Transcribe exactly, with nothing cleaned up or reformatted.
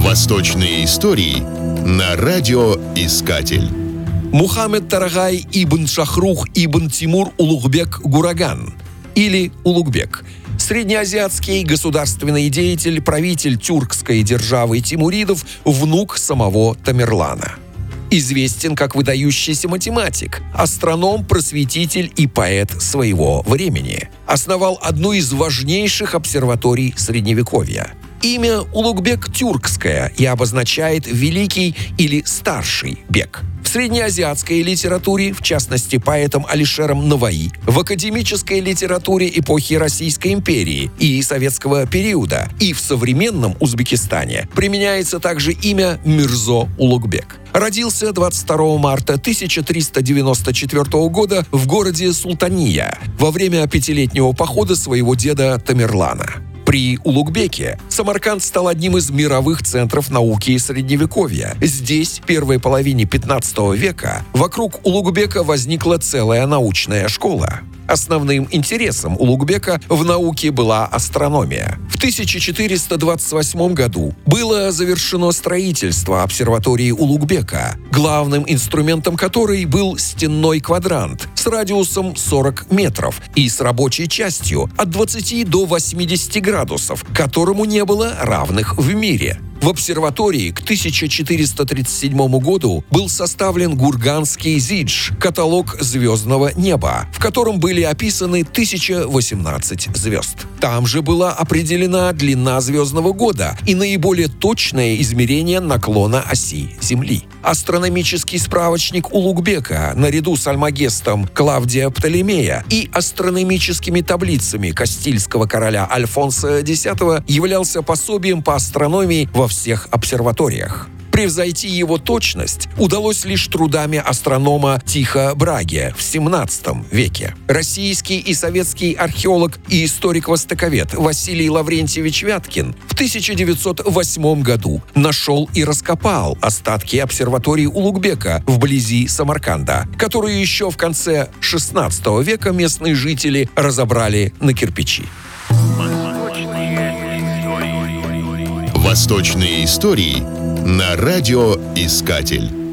Восточные истории на радиоискатель. Мухаммед Тарагай ибн Шахрух ибн Тимур Улугбек Гураган или Улугбек. Среднеазиатский государственный деятель, правитель тюркской державы тимуридов, внук самого Тамерлана. Известен как выдающийся математик, астроном, просветитель и поэт своего времени. Основал одну из важнейших обсерваторий Средневековья. Имя Улугбек тюркское и обозначает «великий» или «старший бек». В среднеазиатской литературе, в частности поэтом Алишером Наваи, в академической литературе эпохи Российской империи и советского периода, и в современном Узбекистане применяется также имя Мирзо Улугбек. Родился двадцать второго марта тысяча триста девяносто четвёртого года в городе Султания во время пятилетнего похода своего деда Тамерлана. При Улугбеке Самарканд стал одним из мировых центров науки Средневековья. Здесь, в первой половине пятнадцатого века, вокруг Улугбека возникла целая научная школа. Основным интересом Улугбека в науке была астрономия. В тысяча четыреста двадцать восьмом году было завершено строительство обсерватории Улугбека, главным инструментом которой был стенной квадрант с радиусом сорок метров и с рабочей частью от двадцати до восьмидесяти градусов, которому не было равных в мире. В обсерватории к тысяча четыреста тридцать седьмому году был составлен Гурганский Зидж – каталог звездного неба, в котором были описаны тысяча восемнадцать звезд. Там же была определена длина звездного года и наиболее точное измерение наклона оси Земли. Астрономический справочник Улугбека наряду с Альмагестом Клавдия Птолемея и астрономическими таблицами Кастильского короля Альфонса X являлся пособием по астрономии во всех обсерваториях. Превзойти его точность удалось лишь трудами астронома Тихо Браге в семнадцатом веке. Российский и советский археолог и историк-востоковед Василий Лаврентьевич Вяткин в тысяча девятьсот восьмом году нашел и раскопал остатки обсерватории Улугбека вблизи Самарканда, которые еще в конце шестнадцатого века местные жители разобрали на кирпичи. Восточные истории на радиоискатель.